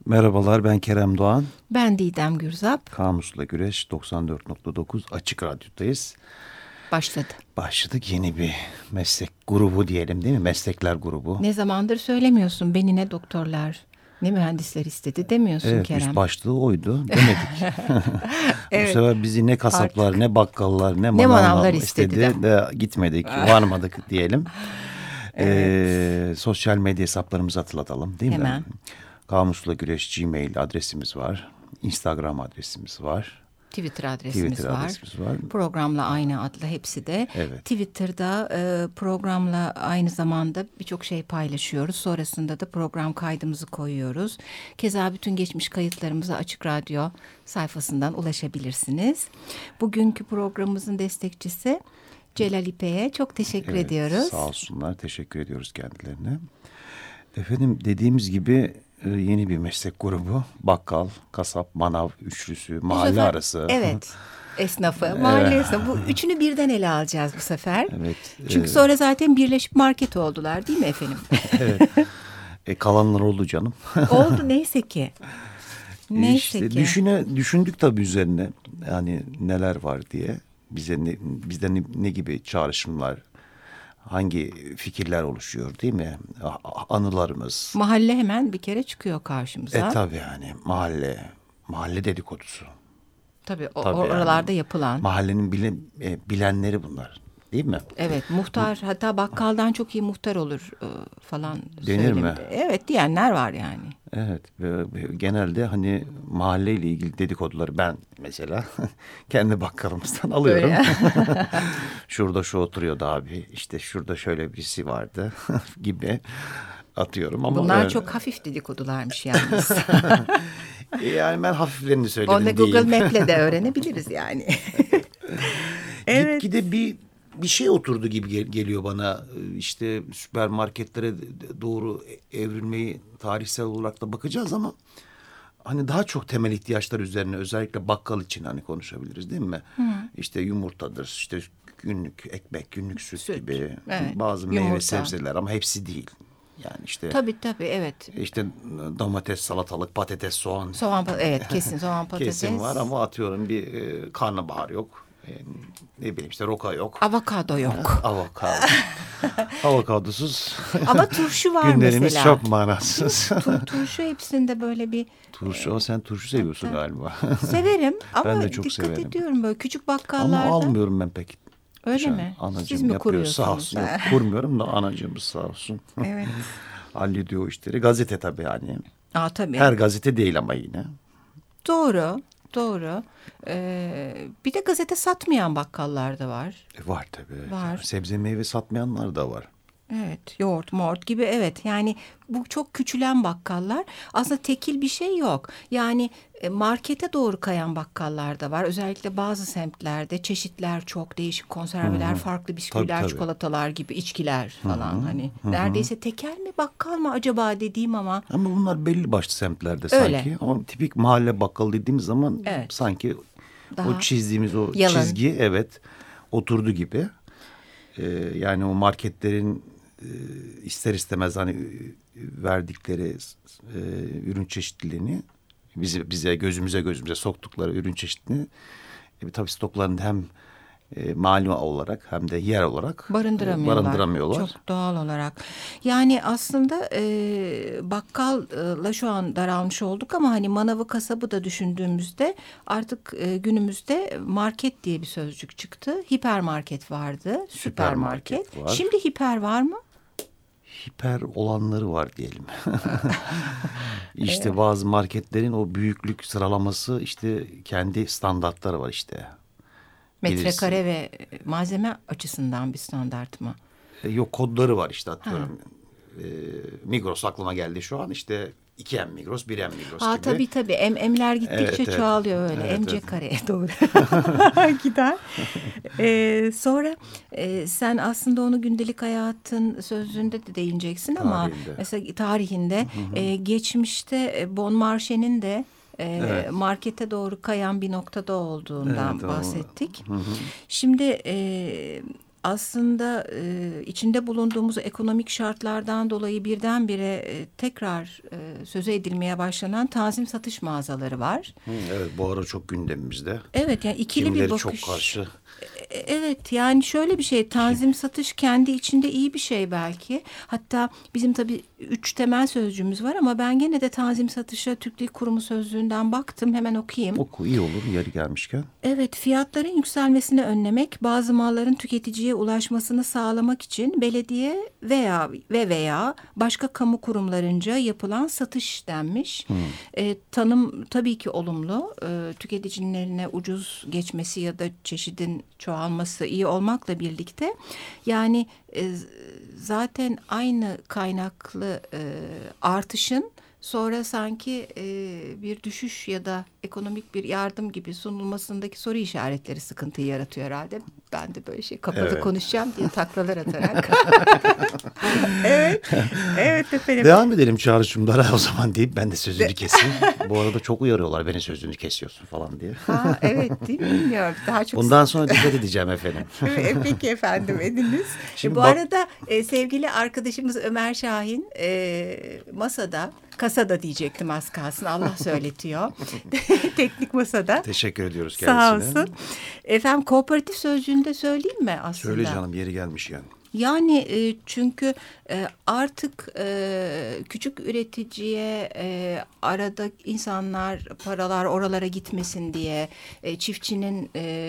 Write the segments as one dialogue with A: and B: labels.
A: Merhabalar, ben Kerem Doğan.
B: Ben Didem Gürzap.
A: Kamusla Güreş 94.9 Açık Radyo'dayız.
B: Başladı.
A: Başladık, yeni bir meslek grubu diyelim, değil mi? Meslekler grubu.
B: Ne zamandır söylemiyorsun, beni ne doktorlar ne mühendisler istedi demiyorsun,
A: evet,
B: Kerem.
A: üst başlığı oydu demedik.
B: Evet.
A: Bu sefer bizi ne kasaplar,
B: Artık.
A: ne bakkallar, ne
B: manavlar
A: manavlar
B: istedi
A: de gitmedik, varmadık diyelim.
B: Evet.
A: Sosyal medya hesaplarımızı hatırlatalım, değil mi?
B: Hemen.
A: Kamusla Güreş Gmail adresimiz var. Instagram adresimiz var.
B: Twitter adresimiz var. Programla aynı adlı hepsi de.
A: Evet.
B: Twitter'da programla aynı zamanda birçok şey paylaşıyoruz. Sonrasında da program kaydımızı koyuyoruz. Keza bütün geçmiş kayıtlarımıza Açık Radyo sayfasından ulaşabilirsiniz. Bugünkü programımızın destekçisi Celal İpek'e çok teşekkür ediyoruz.
A: Sağ olsunlar, teşekkür ediyoruz kendilerine. Efendim, dediğimiz gibi yeni bir meslek grubu. Bakkal, kasap, manav üçlüsü, mahalle arası.
B: Evet. Esnafı, mahalle esnafı. Bu üçünü birden ele alacağız bu sefer.
A: Evet.
B: Çünkü sonra zaten birleşip market oldular, değil mi efendim?
A: Evet. Kalanlar oldu canım.
B: Oldu neyse ki.
A: İşte düşündük tabii üzerine. Yani neler var diye. Bizden ne gibi çağrışımlar, hangi fikirler oluşuyor, değil mi? Anılarımız.
B: Mahalle hemen bir kere çıkıyor karşımıza.
A: Tabii yani mahalle dedikodusu.
B: Tabii oralarda yani yapılan.
A: Mahallenin bilenleri bunlar, değil mi?
B: Evet, muhtar, hatta bakkaldan çok iyi muhtar olur falan.
A: Denir mi?
B: Evet, diyenler var yani.
A: Evet, genelde hani mahalleyle ilgili dedikoduları ben mesela kendi bakkalımızdan alıyorum. Şurada şu oturuyordu abi, işte şurada şöyle birisi vardı gibi atıyorum. Ama
B: bunlar çok hafif dedikodularmış yalnız.
A: Yani ben hafiflerini söyledim
B: onu
A: diyeyim.
B: Google Map'le de öğrenebiliriz yani.
A: Evet. Gitgide bir şey oturdu gibi geliyor bana. İşte süpermarketlere doğru evrilmeyi tarihsel olarak da bakacağız ama hani daha çok temel ihtiyaçlar üzerine, özellikle bakkal için hani konuşabiliriz, değil mi? İşte yumurtadır, işte günlük ekmek, günlük süt gibi,
B: evet,
A: bazı meyve sebzeler, ama hepsi değil. Yani işte
B: tabii evet.
A: İşte domates, salatalık, patates, soğan.
B: Evet, kesin soğan, patates.
A: Kesin var ama atıyorum bir karnabahar yok. Ne bileyim, işte roka yok.
B: Avokado yok.
A: Avokadosuz.
B: Ama turşu var
A: günlerimiz
B: mesela.
A: Çok manasız.
B: Turşu hepsinde böyle bir.
A: Turşu, sen turşu seviyorsun galiba.
B: Severim ama
A: ben de çok
B: dikkat
A: severim.
B: ediyorum böyle küçük bakkallarda.
A: Ama almıyorum ben pek.
B: Öyle mi?
A: Anacığım
B: siz mi
A: yapıyor,
B: kuruyorsunuz?
A: sağ olsun. Yok, kurmuyorum da anacığımız sağ olsun.
B: Evet.
A: Hallediyor o işleri. Gazete tabii yani.
B: Tabii.
A: Her gazete değil ama yine.
B: Doğru. Bir de gazete satmayan bakkallar da var.
A: Var tabii.
B: Var.
A: Yani sebze meyve satmayanlar da var.
B: Evet, yoğurt, mort gibi, evet. Yani bu çok küçülen bakkallar. Aslında tekil bir şey yok. Yani markete doğru kayan bakkallar da var. Özellikle bazı semtlerde çeşitler çok, değişik konserveler, farklı bisküviler,
A: tabii.
B: çikolatalar gibi, içkiler falan. Hani neredeyse tekel mi bakkal mı acaba dediğim ama.
A: Ama bunlar belli başlı semtlerde
B: öyle.
A: Sanki. Ama tipik mahalle bakkalı dediğimiz zaman sanki daha o çizdiğimiz o yalın çizgi oturdu gibi. Yani o marketlerin ister istemez hani verdikleri ürün çeşitliliğini, bize gözümüze soktukları ürün çeşitliliğini tabii stoklarında hem mali olarak hem de yer olarak barındıramıyorlar.
B: Çok doğal olarak. Yani aslında bakkalla şu an daralmış olduk ama hani manavı, kasabı da düşündüğümüzde artık günümüzde market diye bir sözcük çıktı. Hipermarket vardı, süpermarket var. Şimdi hiper var mı?
A: Hiper olanları var diyelim. İşte bazı marketlerin o büyüklük sıralaması, işte kendi standartları var işte.
B: Metrekare ve malzeme açısından bir standart mı?
A: Yok, kodları var işte, atıyorum. Migros aklıma geldi şu an, işte 2M Migros, 1M Migros gibi.
B: Tabii. M'ler gittikçe çoğalıyor öyle. MC kareye doğru gider. Sonra sen aslında onu gündelik hayatın sözlüğünde de değineceksin ama mesela tarihinde geçmişte Bon Marché'nin de markete doğru kayan bir noktada olduğundan bahsettik. Şimdi aslında içinde bulunduğumuz ekonomik şartlardan dolayı birdenbire tekrar söze edilmeye başlanan tanzim satış mağazaları var.
A: Evet, bu ara çok gündemimizde.
B: Evet, yani ikili bir bakış.
A: Çok karşı.
B: Evet, yani şöyle bir şey, tanzim satış kendi içinde iyi bir şey belki. Hatta bizim tabii 3 temel sözcüğümüz var ama ben gene de tanzim satışa Türk Dil Kurumu sözlüğünden baktım, hemen okuyayım.
A: Oku, iyi olur yeri gelmişken.
B: Evet, fiyatların yükselmesini önlemek, bazı malların tüketiciye ulaşmasını sağlamak için belediye veya başka kamu kurumlarınca yapılan satış denmiş. Tanım tabii ki olumlu. Tüketicinin eline ucuz geçmesi ya da çeşidin çoğalması iyi olmakla birlikte, yani zaten aynı kaynaklı artışın sonra sanki bir düşüş ya da ekonomik bir yardım gibi sunulmasındaki soru işaretleri sıkıntıyı yaratıyor herhalde. Ben de böyle kapalı konuşacağım diye taklalar atarak. Evet efendim.
A: Devam edelim çağrışımlara o zaman deyip ben de sözünü keseyim. Bu arada çok uyarıyorlar, beni sözünü kesiyorsun falan diye.
B: Evet, değil mi? Bilmiyorum. Daha çok.
A: Bundan sonra dikkat edeceğim efendim.
B: Peki efendim, ediniz. Bu arada sevgili arkadaşımız Ömer Şahin kasada diyecektim, az kalsın, Allah söyletiyor. Teknik masada.
A: Teşekkür ediyoruz kendisine.
B: Sağ olsun. Efendim, kooperatif sözcüğünü de söyleyeyim mi aslında?
A: Söyle canım, yeri gelmiş yani.
B: Yani çünkü artık küçük üreticiye arada insanlar, paralar oralara gitmesin diye, çiftçinin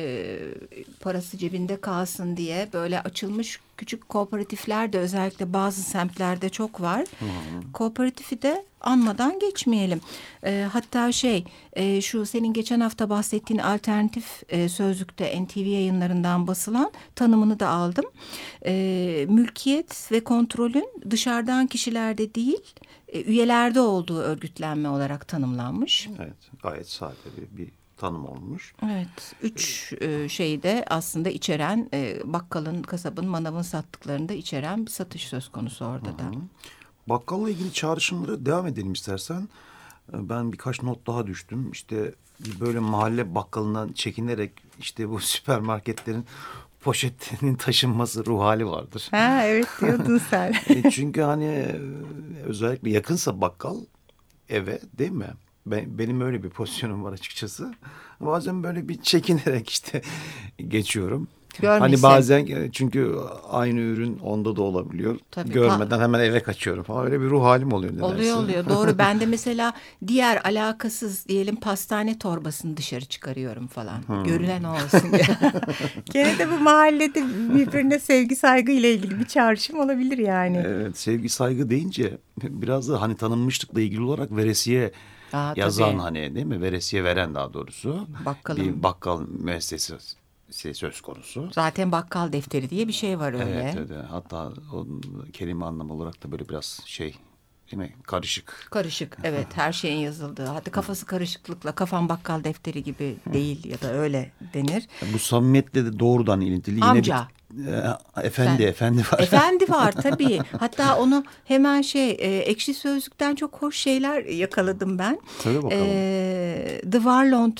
B: parası cebinde kalsın diye böyle açılmış küçük kooperatifler de özellikle bazı semtlerde çok var. Kooperatifi de anmadan geçmeyelim. Hatta şu senin geçen hafta bahsettiğin alternatif sözlükte NTV yayınlarından basılan tanımını da aldım. Mülkiyet ve kontrolün dışarıdan kişilerde değil, üyelerde olduğu örgütlenme olarak tanımlanmış.
A: Evet, gayet sade bir tanım olmuş.
B: Evet, 3 şeyi de aslında içeren, bakkalın, kasabın, manavın sattıklarını da içeren bir satış söz konusu orada da.
A: Bakkalla ilgili çağrışımlara devam edelim istersen. Ben birkaç not daha düştüm. İşte böyle mahalle bakkalından çekinerek işte bu süpermarketlerin poşetinin taşınması ruh hali vardır.
B: Evet diyordun sen.
A: Çünkü hani özellikle yakınsa bakkal eve, değil mi? Benim öyle bir pozisyonum var açıkçası. Bazen böyle bir çekinerek işte geçiyorum.
B: Görmüşsün.
A: Hani bazen çünkü aynı ürün onda da olabiliyor.
B: Tabii,
A: görmeden hemen eve kaçıyorum falan. Öyle bir ruh halim oluyor nedense.
B: Oluyor. Doğru. Ben de mesela diğer alakasız diyelim pastane torbasını dışarı çıkarıyorum falan. Görülen o olsun. Gene de bu mahallede birbirine sevgi saygı ile ilgili bir çağrışım olabilir yani.
A: Evet, sevgi saygı deyince biraz da hani tanınmışlıkla ilgili olarak veresiye yazan tabii. Hani değil mi? Veresiye veren daha doğrusu. Bir bakkal müessesesi söz konusu.
B: Zaten bakkal defteri diye bir şey var öyle.
A: Evet. Hatta o kelime anlamı olarak da böyle biraz değil mi? Karışık.
B: Evet, her şeyin yazıldığı. Hatta kafası karışıklıkla kafam bakkal defteri gibi değil ya da öyle denir.
A: Bu samimiyetle de doğrudan ilintili.
B: Amca.
A: Efendi var.
B: Efendi var tabii. Hatta onu hemen Ekşi Sözlük'ten çok hoş şeyler yakaladım ben.
A: Tabii bakalım.
B: The Warlond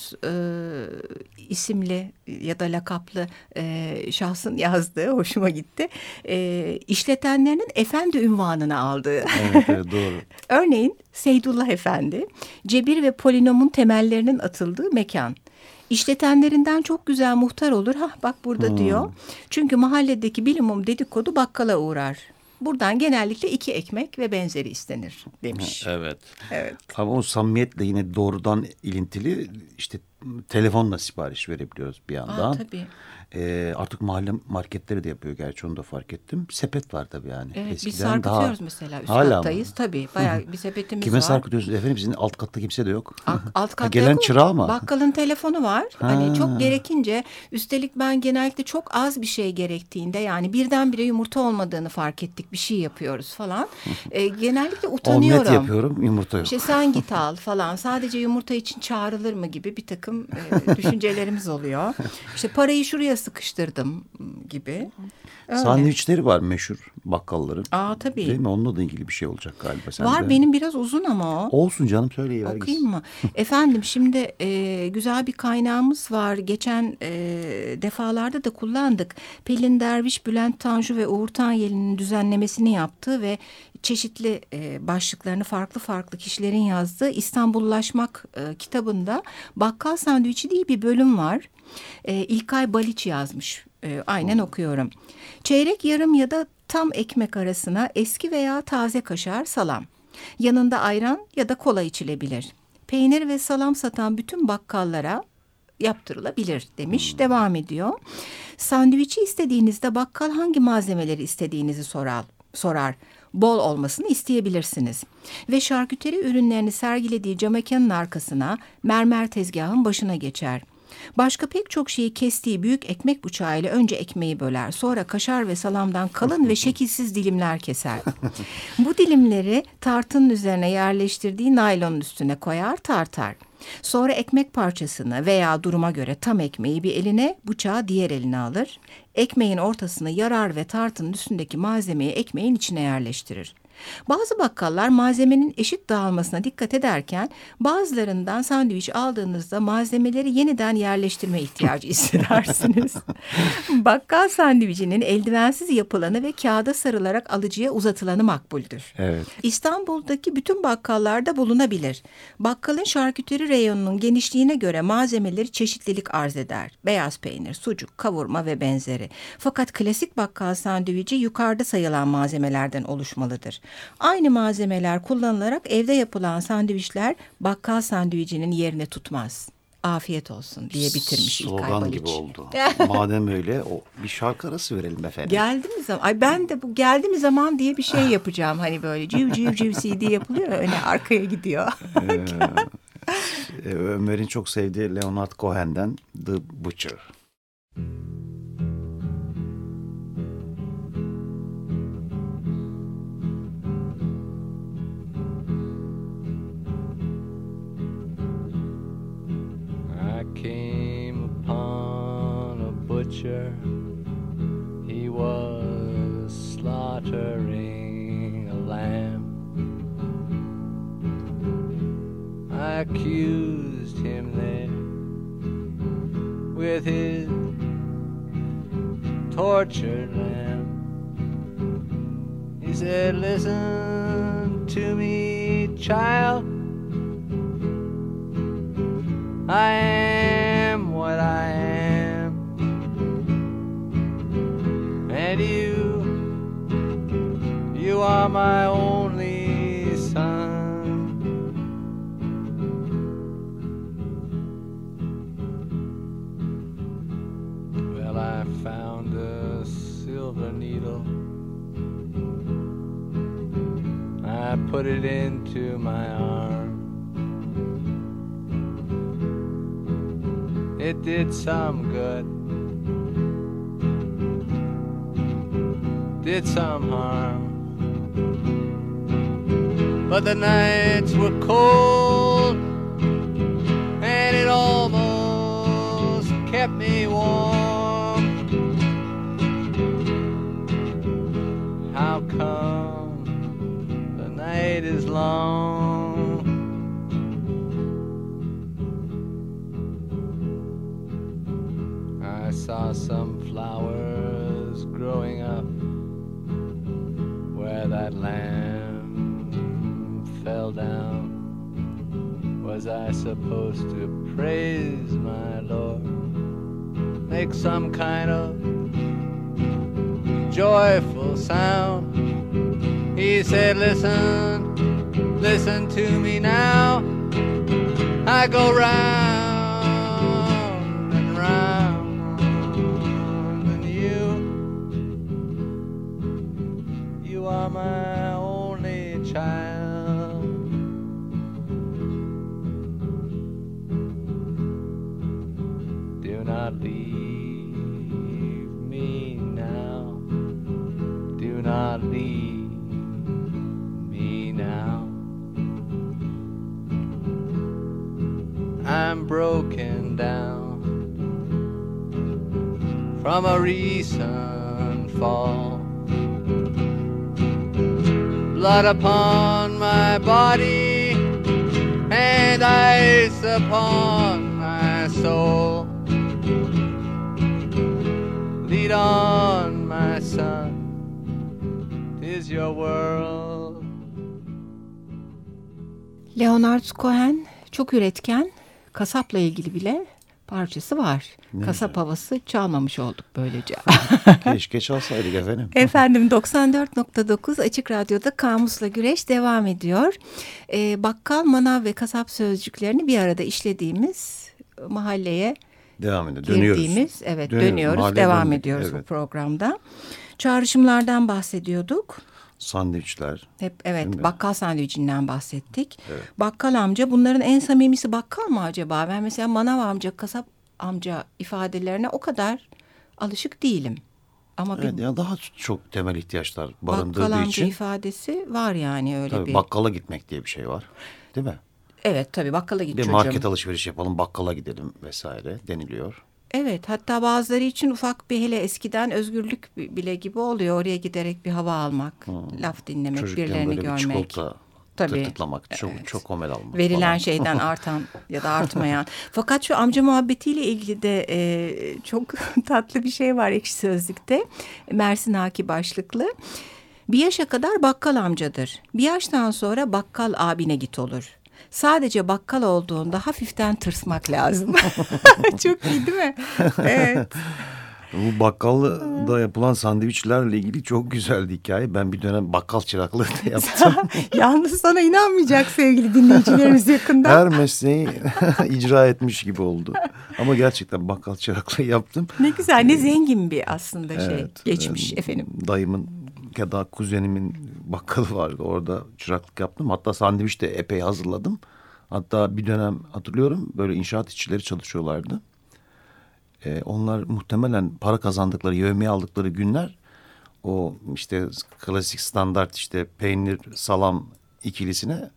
B: isimli ya da lakaplı şahsın yazdığı hoşuma gitti. İşletenlerinin efendi unvanını aldığı.
A: Evet, doğru.
B: Örneğin Seydullah Efendi, cebir ve polinomun temellerinin atıldığı mekan. İşletenlerinden çok güzel muhtar olur. Bak burada diyor. Çünkü mahalledeki bilimum dedikodu bakkala uğrar. Buradan genellikle 2 ekmek ve benzeri istenir demiş.
A: Evet. Ama o samimiyetle yine doğrudan ilintili, işte telefonla sipariş verebiliyoruz bir yandan.
B: Tabii.
A: Artık mahalle marketleri de yapıyor, gerçi onu da fark ettim. Sepet var tabii yani.
B: Evet,
A: eskiden
B: biz sarkıtıyoruz mesela, üst kattayız. Tabii bayağı bir sepetimiz
A: Kime
B: var.
A: Kime sarkıtıyorsunuz efendim? Sizin alt katta kimse de yok.
B: Alt katta
A: gelen
B: yok.
A: çırağı mı?
B: Bakkalın telefonu var. Hani çok gerekince, üstelik ben genellikle çok az bir şey gerektiğinde, yani birdenbire yumurta olmadığını fark ettik, bir şey yapıyoruz falan. Genellikle utanıyorum.
A: Omlet yapıyorum, yumurta yok.
B: Sen git al falan. Sadece yumurta için çağrılır mı gibi bir takım takım düşüncelerimiz oluyor. İşte parayı şuraya sıkıştırdım gibi. Öyle.
A: Sandviçleri var meşhur bakkalların.
B: Tabii.
A: Değil mi? Onunla da ilgili bir şey olacak galiba sende.
B: Var, benim biraz uzun ama o.
A: Olsun canım, söyleyiver.
B: Okuyayım mı? Efendim şimdi güzel bir kaynağımız var. Geçen defalarda da kullandık. Pelin Derviş, Bülent Tanju ve Uğur Tanyeli'nin düzenlemesini yaptığı ve çeşitli başlıklarını farklı farklı kişilerin yazdığı İstanbullaşmak kitabında bakkal sandviçi diye bir bölüm var. İlkay Baliç yazmış. Aynen okuyorum. Çeyrek, yarım ya da tam ekmek arasına eski veya taze kaşar, salam. Yanında ayran ya da kola içilebilir. Peynir ve salam satan bütün bakkallara yaptırılabilir demiş. Devam ediyor. Sandviçi istediğinizde bakkal hangi malzemeleri istediğinizi sorar. Bol olmasını isteyebilirsiniz. Ve şarküteri ürünlerini sergilediği cam mekanın arkasına, mermer tezgahın başına geçer. Başka pek çok şeyi kestiği büyük ekmek bıçağıyla önce ekmeği böler. Sonra kaşar ve salamdan kalın ve şekilsiz dilimler keser. Bu dilimleri tartının üzerine yerleştirdiği naylonun üstüne koyar, tartar. Sonra ekmek parçasını veya duruma göre tam ekmeği bir eline, bıçağı diğer eline alır. Ekmeğin ortasını yarar ve tartının üstündeki malzemeyi ekmeğin içine yerleştirir. Bazı bakkallar malzemenin eşit dağılmasına dikkat ederken bazılarından sandviç aldığınızda malzemeleri yeniden yerleştirme ihtiyacı hissedersiniz. Bakkal sandviçinin eldivensiz yapılanı ve kağıda sarılarak alıcıya uzatılanı makbuldür.
A: Evet.
B: İstanbul'daki bütün bakkallarda bulunabilir. Bakkalın şarküteri reyonunun genişliğine göre malzemeleri çeşitlilik arz eder. Beyaz peynir, sucuk, kavurma ve benzeri. Fakat klasik bakkal sandviçi yukarıda sayılan malzemelerden oluşmalıdır. Aynı malzemeler kullanılarak evde yapılan sandviçler bakkal sandviçinin yerini tutmaz. Afiyet olsun diye bitirmiş İlkay Baliç.
A: Slogan gibi oldu. Madem öyle bir şarkı arası verelim efendim.
B: Geldi mi zaman? Ay ben de bu geldi mi zaman diye bir şey yapacağım. Hani böyle civ civ civ CD yapılıyor ya, öne arkaya gidiyor.
A: Ömer'in çok sevdiği Leonard Cohen'den The Butcher.
C: He was slaughtering a lamb. I accused him there with his tortured lamb. He said, "Listen to me, child. I am what I am, and you are my only son." Well, I found a silver needle. I put it into my arm. It did some good, did some harm, but the nights were cold and it almost kept me warm. How come the night is long? I saw some flowers growing up where that lamb fell down. Was I supposed to praise my Lord? Make some kind of joyful sound? He said, "Listen, listen to me now. I go round and round, and you are my only child. Do not leave me now. Do not leave me now. I'm broken down from a recent fall. Blood upon my body and ice upon my soul. Lead on, my son, 'tis your world.
B: Leonard Cohen çok üretken, kasapla ilgili bile parçası var. Kasap havası çalmamış olduk böylece.
A: Keşke çalsaydık efendim.
B: Efendim 94.9 Açık Radyo'da Kamus'la Güreş devam ediyor. Bakkal, manav ve kasap sözcüklerini bir arada işlediğimiz mahalleye
A: devam ediyor.
B: Dönüyoruz. Evet, dönüyoruz. Devam ediyoruz bu programda. Çağrışımlardan bahsediyorduk.
A: Sandviçler.
B: Hep evet, bakkal sandviçinden bahsettik. Evet. Bakkal amca, bunların en samimisi bakkal mı acaba? Ben mesela manav amca, kasap amca ifadelerine o kadar alışık değilim. Ama
A: evet, ya daha çok temel ihtiyaçlar barındırdığı için.
B: Bakkal amca ifadesi var yani öyle
A: tabii,
B: bir.
A: Bakkala gitmek diye bir şey var. Değil mi?
B: Evet tabii, bakkala git çocuğum.
A: Market alışveriş yapalım, bakkala gidelim vesaire deniliyor.
B: Evet, hatta bazıları için ufak bir, hele eskiden özgürlük bile gibi oluyor. Oraya giderek bir hava almak, laf dinlemek,
A: çocukken
B: birilerini görmek.
A: Çocukken böyle bir çikolata tırtıklamak,
B: evet.
A: çok omel almak.
B: Verilen
A: falan.
B: şeyden artan ya da artmayan. Fakat şu amca muhabbetiyle ilgili de çok tatlı bir şey var Ekşi Sözlük'te. Mersin Haki başlıklı. Bir yaşa kadar bakkal amcadır. Bir yaştan sonra bakkal abine git olur. Sadece bakkal olduğunda hafiften tırsmak lazım. Çok iyi değil mi? Evet.
A: Bu bakkalda yapılan sandviçlerle ilgili çok güzel bir hikaye. Ben bir dönem bakkal çıraklığı da yaptım.
B: Yalnız sana inanmayacak sevgili dinleyicilerimiz yakında.
A: Her mesleği icra etmiş gibi oldu. Ama gerçekten bakkal çıraklığı yaptım.
B: Ne güzel, ne zengin bir aslında geçmiş efendim.
A: Dayımın ya da kuzenimin bakkalı vardı. Orada çıraklık yaptım. Hatta sandviç de epey hazırladım. Hatta bir dönem hatırlıyorum, böyle inşaat işçileri çalışıyorlardı. Onlar muhtemelen para kazandıkları, yevmiye aldıkları günler o işte klasik standart işte peynir salam ikilisine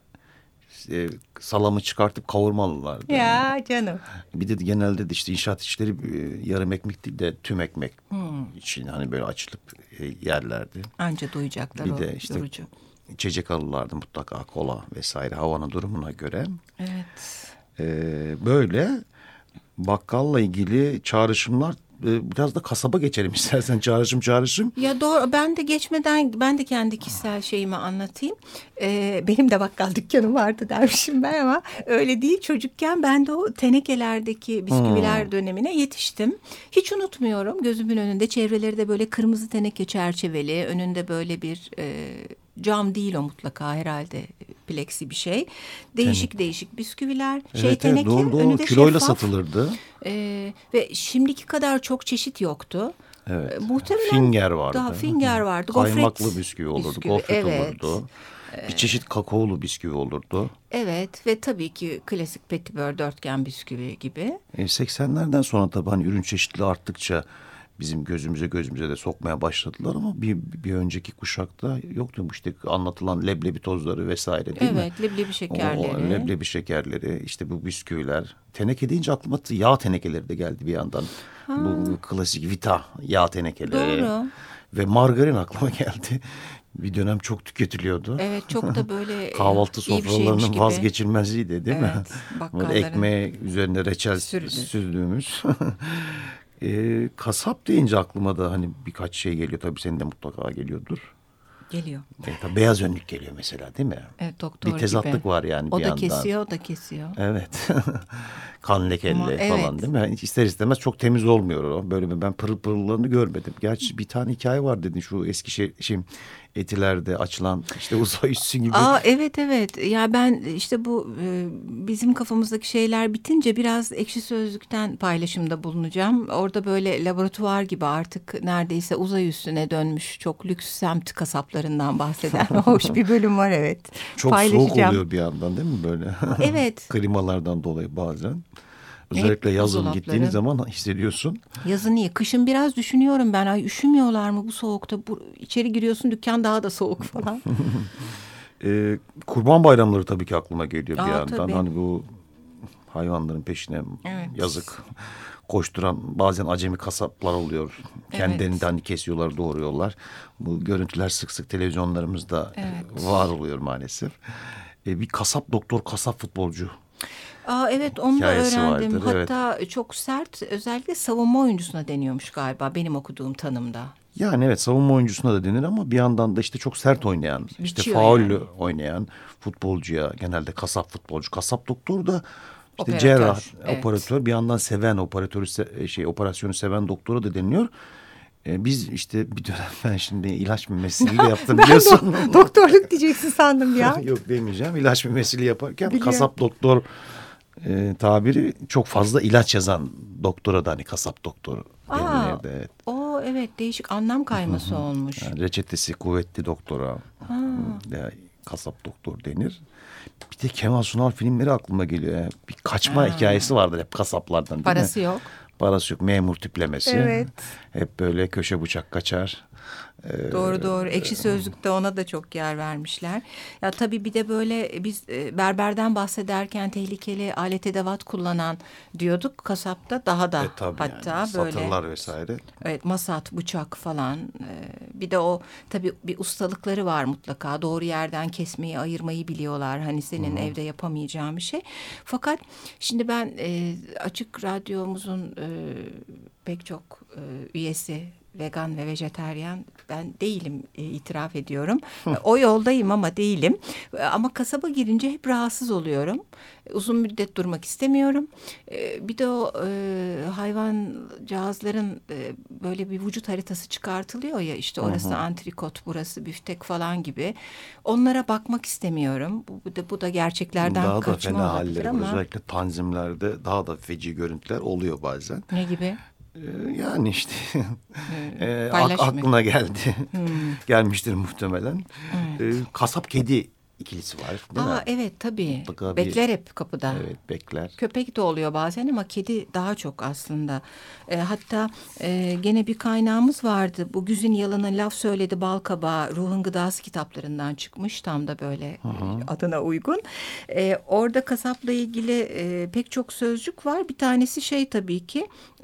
A: salamı çıkartıp kavurmalılardı.
B: Ya canım.
A: Bir de genelde de işte inşaat işçileri yarım ekmek değil de tüm ekmek için hani böyle açılıp yerlerdi.
B: Anca duyacaklar
A: bir
B: o
A: de işte
B: yorucu.
A: İçecek alırlardı mutlaka, kola vesaire, havanın durumuna göre.
B: Evet.
A: Böyle bakkalla ilgili çağrışımlar, biraz da kasaba geçelim istersen, çağrışım.
B: Ya doğru, ben de geçmeden ben de kendi kişisel şeyimi anlatayım. Benim de bakkal dükkanım vardı dermişim ben, ama öyle değil. Çocukken ben de o tenekelerdeki bisküviler dönemine yetiştim. Hiç unutmuyorum, gözümün önünde çevreleri de böyle kırmızı teneke çerçeveli, önünde böyle bir cam değil o, mutlaka herhalde pleksi bir şey. Değişik bisküviler.
A: Evet,
B: teneke,
A: doğru. Kiloyla satılırdı.
B: Ve şimdiki kadar çok çeşit yoktu.
A: Evet.
B: Muhtemelen
A: Finger vardı.
B: Daha finger vardı.
A: Kaymaklı bisküvi olurdu. Gofret olurdu. Bir çeşit kakaolu bisküvi olurdu.
B: Evet, ve tabii ki klasik petibör, dörtgen bisküvi gibi.
A: 80'lerden sonra tabii hani ürün çeşitliliği arttıkça bizim gözümüze de sokmaya başladılar, ama bir önceki kuşakta yoktu bu işte anlatılan leblebi tozları vesaire, değil mi?
B: Evet, leblebi şekerleri.
A: O leblebi şekerleri, işte bu bisküviler. Teneke deyince aklıma yağ tenekeleri de geldi bir yandan. Bu klasik Vita yağ tenekeleri.
B: Doğru.
A: Ve margarin aklıma geldi. Bir dönem çok tüketiliyordu.
B: Evet, çok da böyle
A: kahvaltı sofralarının vazgeçilmeziydi, değil mi?
B: Bakkalların
A: ekmeğe üzerine reçel sürdüğümüz. Kasap deyince aklıma da hani birkaç şey geliyor. Tabii senin de mutlaka geliyordur.
B: Geliyor.
A: Tabii beyaz önlük geliyor mesela, değil mi?
B: Evet, doktor
A: bir tezatlık
B: gibi
A: var yani bir yandan.
B: O da kesiyor.
A: Evet. Kan lekeli falan, değil mi? İster istemez çok temiz olmuyor o. Böyle ben pırıl pırıllarını görmedim. Gerçi bir tane hikaye var dedin, şu eski Etiler'de açılan işte uzay üssü gibi.
B: Evet. Ya ben işte bu bizim kafamızdaki şeyler bitince biraz Ekşi Sözlük'ten paylaşımda bulunacağım. Orada böyle laboratuvar gibi artık neredeyse uzay üssüne dönmüş çok lüks semt kasaplarından bahseden hoş bir bölüm var, evet.
A: Çok soğuk oluyor bir yandan, değil mi böyle?
B: Evet.
A: Klimalardan dolayı bazen. Özellikle yazın gittiğiniz zaman hissediyorsun.
B: Yazın iyi. Kışın biraz düşünüyorum ben. Ay, üşümüyorlar mı bu soğukta? İçeri giriyorsun, dükkan daha da soğuk falan.
A: Kurban bayramları tabii ki aklıma geliyor bir yandan.
B: Tabii.
A: Hani bu hayvanların peşine yazık koşturan bazen acemi kasaplar oluyor. Kendilerini de hani kesiyorlar, doğuruyorlar. Bu görüntüler sık sık televizyonlarımızda var oluyor maalesef. Bir kasap doktor, kasap futbolcu.
B: Evet, onu da öğrendim. Vardır, hatta çok sert, özellikle savunma oyuncusuna deniyormuş galiba benim okuduğum tanımda.
A: Yani evet, savunma oyuncusuna da denir ama bir yandan da işte çok sert oynayan,
B: Biçiyor
A: işte faullü oynayan futbolcuya genelde kasap futbolcu. Kasap doktor da işte cerrah, operatör, bir yandan seven operasyonu seven doktora da deniliyor. Biz işte bir dönem, ben şimdi ilaç mimesili de yaptım biliyorsun.
B: Ben doktorluk diyeceksin sandım ya.
A: Yok demeyeceğim. İlaç mimesili yaparken kasap doktor tabiri çok fazla ilaç yazan doktora da hani kasap doktoru denilirdi. Evet.
B: Evet, değişik anlam kayması olmuş.
A: Yani reçetesi kuvvetli doktora kasap doktor denir. Bir de Kemal Sunal filmleri aklıma geliyor. Bir kaçma hikayesi vardır hep kasaplardan, değil
B: Parası
A: mi?
B: yok.
A: Parası yok. Memur tiplemesi.
B: Evet.
A: Hep böyle köşe bıçak kaçar.
B: Doğru. Ekşi Sözlük'te ona da çok yer vermişler. Ya tabii bir de böyle biz berberden bahsederken tehlikeli alet edevat kullanan diyorduk. Kasapta daha da hatta
A: yani,
B: böyle.
A: Satırlar vesaire.
B: Evet, masat, bıçak falan. Bir de o tabii bir ustalıkları var mutlaka. Doğru yerden kesmeyi, ayırmayı biliyorlar. Hani senin evde yapamayacağın bir şey. Fakat şimdi ben Açık Radyomuzun pek çok üyesi vegan ve vejeteryan ben değilim, itiraf ediyorum. O yoldayım ama değilim. Ama kasaba girince hep rahatsız oluyorum. Uzun müddet durmak istemiyorum. Bir de o hayvancağızların böyle bir vücut haritası çıkartılıyor ya, işte orası antrikot, burası büftek falan gibi. Onlara bakmak istemiyorum. Bu da gerçeklerden
A: daha
B: kaçma
A: da fena
B: olabilir
A: halleri
B: ama.
A: özellikle tanzimlerde daha da feci görüntüler oluyor bazen.
B: Ne gibi?
A: Yani işte aklına geldi. Gelmiştir muhtemelen. Kasap kedi ikilisi var, değil mi?
B: Evet tabii. Bekler hep kapıda.
A: Evet, bekler.
B: Köpek de oluyor bazen ama kedi daha çok aslında. Hatta gene bir kaynağımız vardı. Bu Güzin Yalın'ın Laf Söyledi Balkabağı, Ruhun Gıdası kitaplarından çıkmış. Tam da böyle adına uygun. Orada kasapla ilgili pek çok sözcük var. Bir tanesi tabii ki.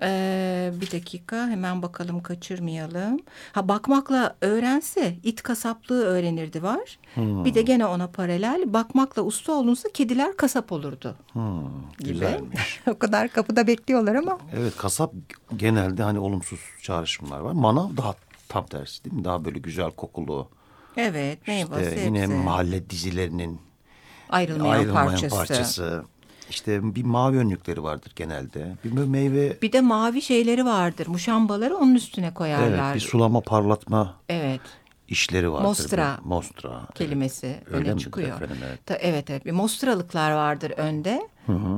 B: Bir dakika hemen bakalım, kaçırmayalım. Bakmakla öğrense it kasaplığı öğrenirdi var. Bir de gene ona paralel, bakmakla usta olunsa kediler kasap olurdu.
A: Güzelmiş.
B: O kadar kapıda bekliyorlar ama.
A: Evet, kasap genelde hani olumsuz çağrışımlar var. Manav daha tam tersi, değil mi? Daha böyle güzel kokulu.
B: Evet, meyve, sebze.
A: Yine mahalle dizilerinin
B: ayrılmayan parçası.
A: İşte bir mavi önlükleri vardır genelde. Bir meyve.
B: Bir de mavi şeyleri vardır. Muşambaları onun üstüne koyarlar.
A: Evet, bir sulama, parlatma.
B: Evet.
A: İşleri vardır.
B: Mostra kelimesi öne çıkıyor.
A: Efendim, evet.
B: Evet. Bir mostralıklar vardır önde.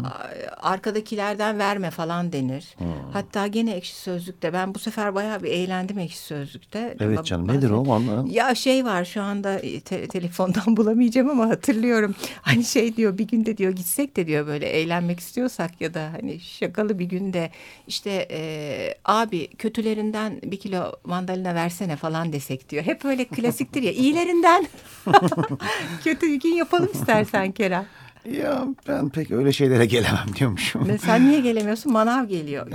B: Arkadakilerden verme falan denir. Hatta gene Ekşi Sözlük'te, ben bu sefer bayağı bir eğlendim Ekşi Sözlük'te.
A: Evet canım, nedir o anlamı?
B: Ya var şu anda telefondan bulamayacağım ama hatırlıyorum. Hani diyor, bir günde diyor gitsek de diyor böyle eğlenmek istiyorsak ya da hani şakalı bir günde işte abi kötülerinden 1 kilo mandalina versene falan desek diyor. Hep öyle klasiktir ya, iyilerinden. Kötü bir gün yapalım istersen Kerem.
A: Ya ben pek öyle şeylere gelemem diyormuşum.
B: Sen niye gelemiyorsun? Manav geliyor.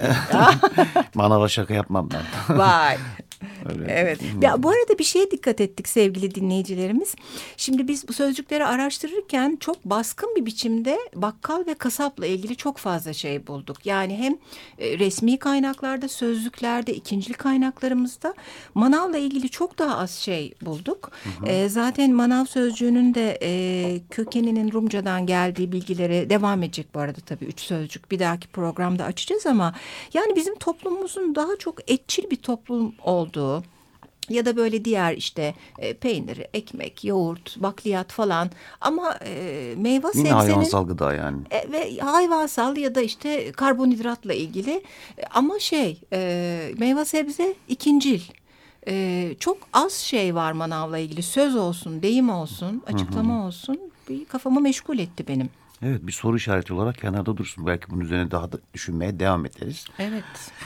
A: Manava şaka yapmam ben.
B: Vay. Evet. Ya, bu arada bir şeye dikkat ettik sevgili dinleyicilerimiz. Şimdi biz bu sözcükleri araştırırken çok baskın bir biçimde bakkal ve kasapla ilgili çok fazla şey bulduk. Yani hem resmi kaynaklarda, sözlüklerde, ikincil kaynaklarımızda manavla ilgili çok daha az şey bulduk. Zaten manav sözcüğünün de kökeninin Rumcadan geldiği bilgilere devam edecek bu arada tabii 3 sözcük. Bir dahaki programda açacağız ama yani bizim toplumumuzun daha çok etçil bir toplum olduğu ya da böyle diğer işte peynir, ekmek, yoğurt, bakliyat falan ama meyve sebzenin...
A: Yine hayvansal gıda yani.
B: Ve hayvansal ya da işte karbonhidratla ilgili ama meyve sebze ikincil. Çok az şey var manavla ilgili, söz olsun, deyim olsun, açıklama olsun, bir kafamı meşgul etti benim.
A: Evet, bir soru işareti olarak kenarda dursun. Belki bunun üzerine daha da düşünmeye devam ederiz.
B: Evet.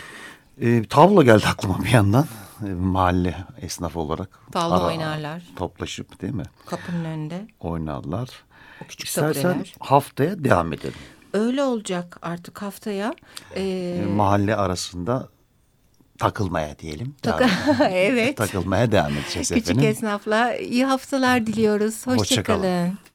A: Tavla geldi aklıma bir yandan. Mahalle esnafı olarak.
B: Tavla oynarlar.
A: Toplaşıp, değil mi?
B: Kapının önünde.
A: Oynarlar.
B: O küçük
A: İstersen
B: tabureler.
A: haftaya devam edelim.
B: Öyle olacak artık haftaya.
A: Mahalle arasında takılmaya diyelim.
B: Evet.
A: Takılmaya devam edeceğiz
B: efendim. Küçük esnafla iyi haftalar diliyoruz. Hoşça kalın.